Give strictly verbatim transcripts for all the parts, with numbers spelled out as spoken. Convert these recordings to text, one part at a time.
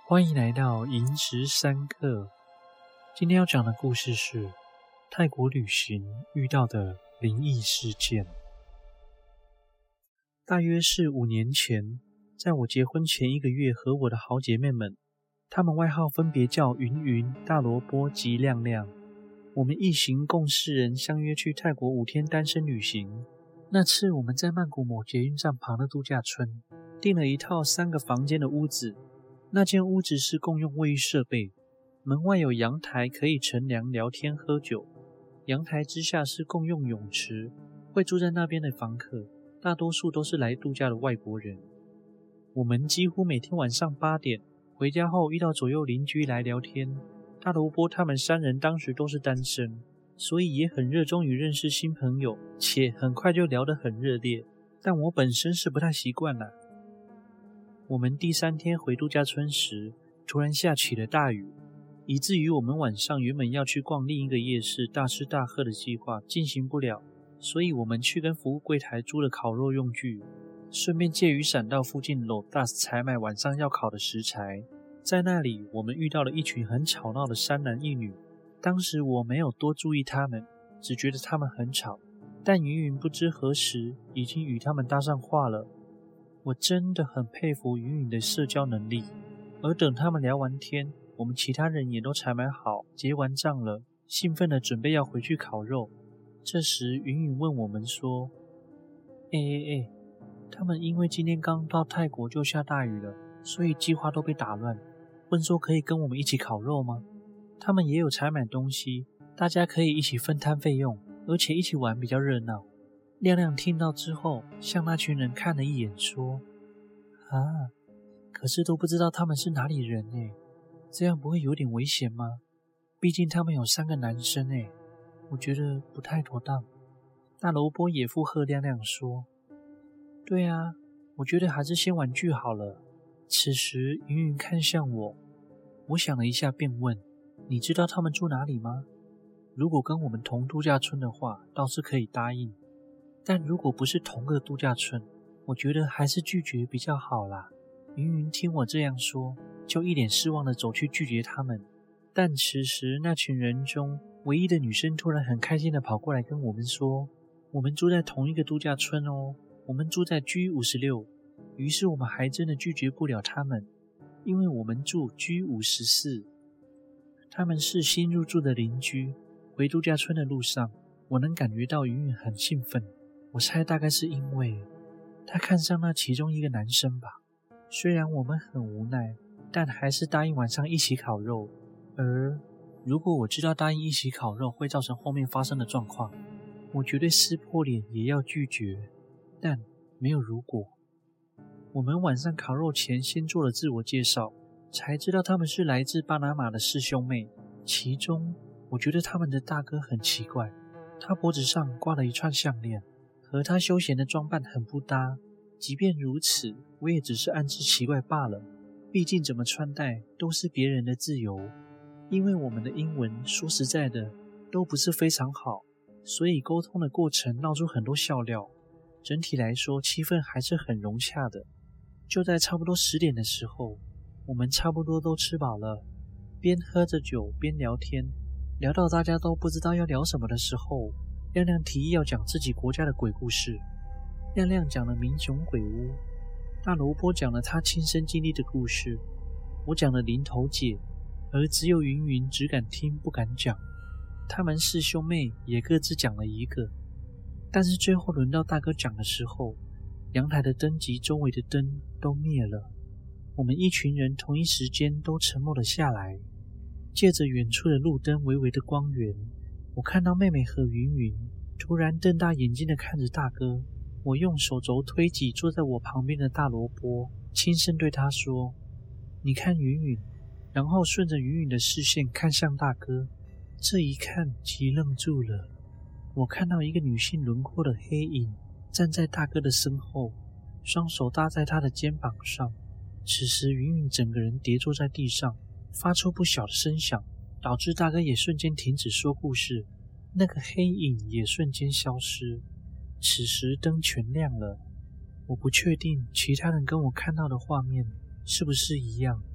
欢迎来到萤石三刻。今天要讲的故事是泰国旅行遇到的灵异事件。大约是五年前，在我结婚前一个月，和我的好姐妹们，她们外号分别叫云云、大萝卜及亮亮，我们一行共四人相约去泰国五天单身旅行。那次我们在曼谷某捷运站旁的度假村订了一套三个房间的屋子。那间屋子是共用卫浴设备，门外有阳台可以乘凉聊天喝酒，阳台之下是共用泳池。会住在那边的房客大多数都是来度假的外国人。我们几乎每天晚上八点回家后遇到左右邻居来聊天。大萝卜他们三人当时都是单身，所以也很热衷于认识新朋友，且很快就聊得很热烈，但我本身是不太习惯啦。我们第三天回度假村时，突然下起了大雨，以至于我们晚上原本要去逛另一个夜市大吃大喝的计划进行不了，所以我们去跟服务柜台租了烤肉用具，顺便借雨伞到附近 Lotus 采买晚上要烤的食材。在那里，我们遇到了一群很吵闹的三男一女。当时我没有多注意他们，只觉得他们很吵，但云云不知何时已经与他们搭上话了。我真的很佩服云云的社交能力。而等他们聊完天，我们其他人也都采买好结完账了，兴奋地准备要回去烤肉。这时云云问我们说，诶诶诶，他们因为今天刚到泰国就下大雨了，所以计划都被打乱，问说可以跟我们一起烤肉吗？他们也有采买东西，大家可以一起分摊费用，而且一起玩比较热闹。亮亮听到之后向那群人看了一眼说，啊，可是都不知道他们是哪里人耶，这样不会有点危险吗？毕竟他们有三个男生耶，我觉得不太妥当。大萝卜也附和亮亮说，对啊，我觉得还是先玩具好了。此时云云看向我，我想了一下便问，你知道他们住哪里吗？如果跟我们同度假村的话，倒是可以答应，但如果不是同个度假村，我觉得还是拒绝比较好啦。云云听我这样说，就一脸失望地走去拒绝他们。但此时那群人中唯一的女生突然很开心地跑过来跟我们说，我们住在同一个度假村哦，我们住在 G 五十六。 于是我们还真的拒绝不了他们，因为我们住 G 五十四。 他们是新入住的邻居。回度假村的路上，我能感觉到云云很兴奋，我猜大概是因为她看上那其中一个男生吧。虽然我们很无奈，但还是答应晚上一起烤肉。而如果我知道答应一起烤肉会造成后面发生的状况，我绝对撕破脸也要拒绝。但没有如果。我们晚上烤肉前先做了自我介绍，才知道他们是来自巴拿马的师兄妹。其中我觉得他们的大哥很奇怪，他脖子上挂了一串项链，和他休闲的装扮很不搭。即便如此，我也只是暗自奇怪罢了，毕竟怎么穿戴都是别人的自由。因为我们的英文说实在的都不是非常好，所以沟通的过程闹出很多笑料。整体来说气氛还是很融洽的。就在差不多十点的时候，我们差不多都吃饱了，边喝着酒边聊天，聊到大家都不知道要聊什么的时候，亮亮提议要讲自己国家的鬼故事。亮亮讲了民雄鬼屋，大萝卜讲了他亲身经历的故事，我讲了林头姐，而只有云云只敢听不敢讲。他们四兄妹也各自讲了一个，但是最后轮到大哥讲的时候，阳台的灯及周围的灯都灭了。我们一群人同一时间都沉默了下来。借着远处的路灯微微的光源，我看到妹妹和云云突然瞪大眼睛地看着大哥。我用手肘推挤坐在我旁边的大萝卜，轻声对他说，你看云云，然后顺着云云的视线看向大哥。这一看即愣住了，我看到一个女性轮廓的黑影站在大哥的身后，双手搭在他的肩膀上。此时云云整个人跌坐在地上，发出不小的声响，导致大哥也瞬间停止说故事，那个黑影也瞬间消失。此时灯全亮了，我不确定其他人跟我看到的画面是不是一样，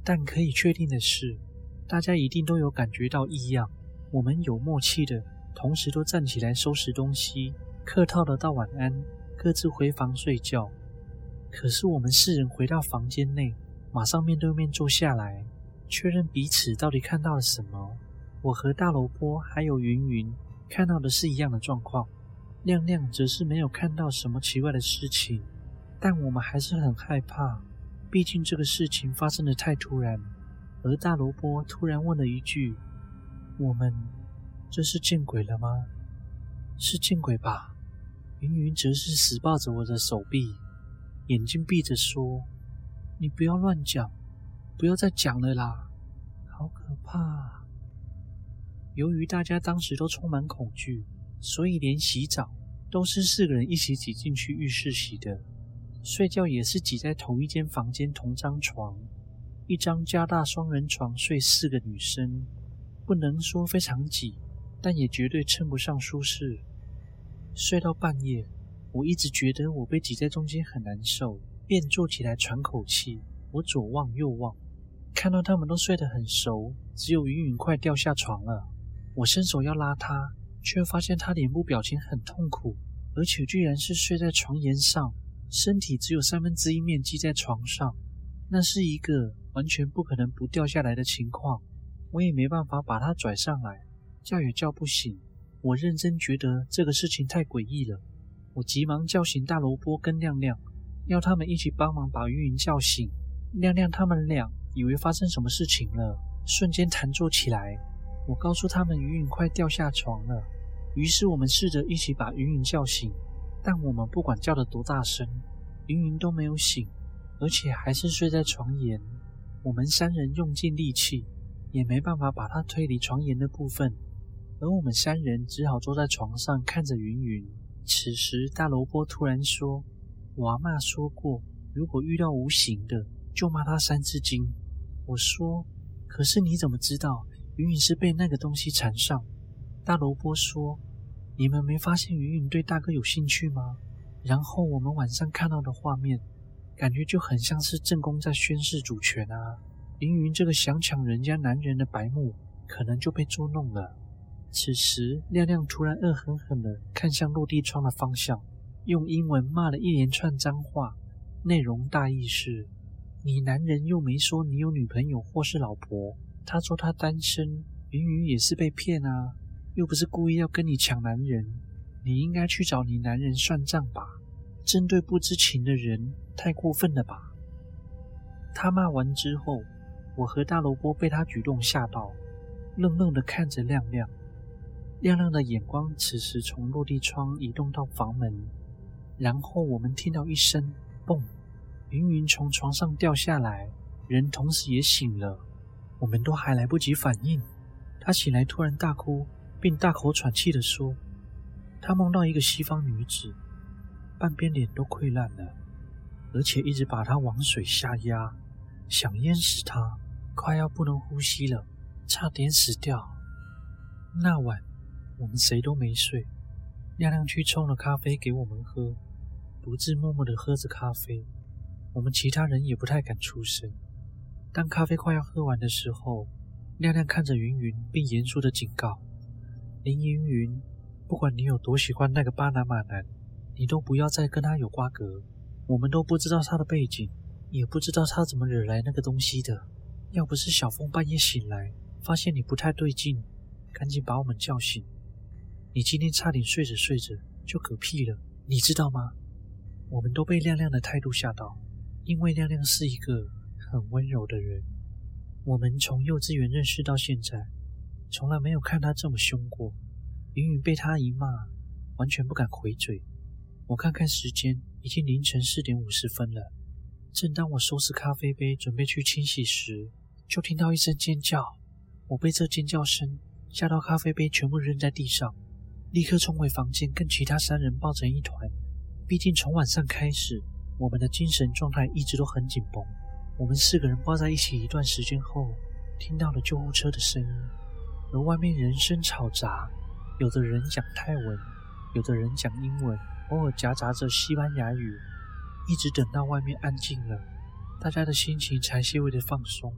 但可以确定的是，大家一定都有感觉到异样。我们有默契的同时都站起来收拾东西，客套的道晚安，各自回房睡觉。可是我们四人回到房间内，马上面对面坐下来，确认彼此到底看到了什么。我和大萝卜还有云云看到的是一样的状况，亮亮则是没有看到什么奇怪的事情，但我们还是很害怕，毕竟这个事情发生得太突然。而大萝卜突然问了一句：我们这是见鬼了吗？是见鬼吧。云云则是死抱着我的手臂，眼睛闭着说：你不要乱讲，不要再讲了啦，好可怕。由于大家当时都充满恐惧，所以连洗澡都是四个人一起挤进去浴室洗的，睡觉也是挤在同一间房间同张床，一张加大双人床睡四个女生，不能说非常挤，但也绝对称不上舒适。睡到半夜，我一直觉得我被挤在中间很难受，便坐起来喘口气。我左望右望，看到他们都睡得很熟，只有云云快掉下床了。我伸手要拉她，却发现她脸部表情很痛苦，而且居然是睡在床沿上，身体只有三分之一面积在床上。那是一个完全不可能不掉下来的情况，我也没办法把她拽上来，叫也叫不醒。我认真觉得这个事情太诡异了，我急忙叫醒大萝卜跟亮亮，要他们一起帮忙把云云叫醒。亮亮他们俩以为发生什么事情了，瞬间弹坐起来。我告诉他们云云快掉下床了，于是我们试着一起把云云叫醒，但我们不管叫得多大声，云云都没有醒，而且还是睡在床沿。我们三人用尽力气，也没办法把她推离床沿的部分，而我们三人只好坐在床上看着云云。此时大萝卜突然说：我阿嬷说过，如果遇到无形的就骂他三字经。我说：可是你怎么知道云云是被那个东西缠上？大萝卜说：你们没发现云云对大哥有兴趣吗？然后我们晚上看到的画面，感觉就很像是正宫在宣示主权啊。云云这个想抢人家男人的白目，可能就被捉弄了。此时亮亮突然恶狠狠地看向落地窗的方向，用英文骂了一连串脏话，内容大意是：你男人又没说你有女朋友或是老婆，他说他单身，云云也是被骗啊，又不是故意要跟你抢男人，你应该去找你男人算账吧，针对不知情的人太过分了吧。他骂完之后，我和大萝卜被他举动吓到，愣愣地看着亮亮。亮亮的眼光此时从落地窗移动到房门，然后我们听到一声蹦，云云从床上掉下来，人同时也醒了。我们都还来不及反应，他醒来突然大哭，并大口喘气地说：他梦到一个西方女子，半边脸都溃烂了，而且一直把他往水下压，想淹死他，快要不能呼吸了，差点死掉。那晚我们谁都没睡，亮亮去冲了咖啡给我们喝，独自默默地喝着咖啡，我们其他人也不太敢出声。当咖啡快要喝完的时候，亮亮看着云云并严肃地警告：林云云，不管你有多喜欢那个巴拿马男，你都不要再跟他有瓜葛，我们都不知道他的背景，也不知道他怎么惹来那个东西的，要不是小峰半夜醒来发现你不太对劲，赶紧把我们叫醒，你今天差点睡着睡着就嗝屁了，你知道吗？我们都被亮亮的态度吓到，因为亮亮是一个很温柔的人，我们从幼稚园认识到现在，从来没有看他这么凶过。云云被他一骂，完全不敢回嘴。我看看时间，已经凌晨四点五十分了。正当我收拾咖啡杯准备去清洗时，就听到一声尖叫。我被这尖叫声吓到，咖啡杯全部扔在地上，立刻冲回房间，跟其他三人抱成一团。毕竟从晚上开始，我们的精神状态一直都很紧绷。我们四个人抱在一起一段时间后，听到了救护车的声音，而外面人声吵杂，有的人讲泰文，有的人讲英文，偶尔夹杂着西班牙语。一直等到外面安静了，大家的心情才些微的放松。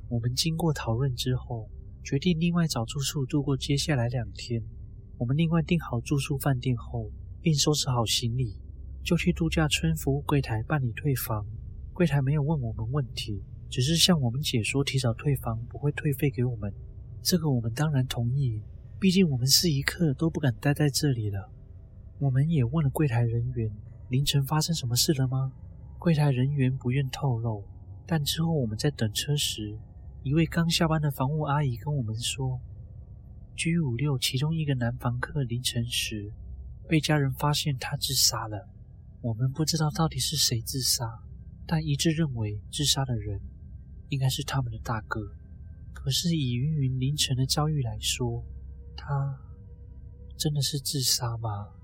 我们经过讨论之后，决定另外找住宿度过接下来两天。我们另外订好住宿饭店后，并收拾好行李，就去度假村服务柜台办理退房。柜台没有问我们问题，只是向我们解说提早退房不会退费给我们。这个我们当然同意，毕竟我们是一刻都不敢待在这里了。我们也问了柜台人员，凌晨发生什么事了吗？柜台人员不愿透露，但之后我们在等车时，一位刚下班的房务阿姨跟我们说 G 五六 其中一个男房客凌晨时被家人发现他自杀了。我们不知道到底是谁自杀，但一致认为自杀的人应该是他们的大哥。可是以云云凌晨的遭遇来说，他真的是自杀吗？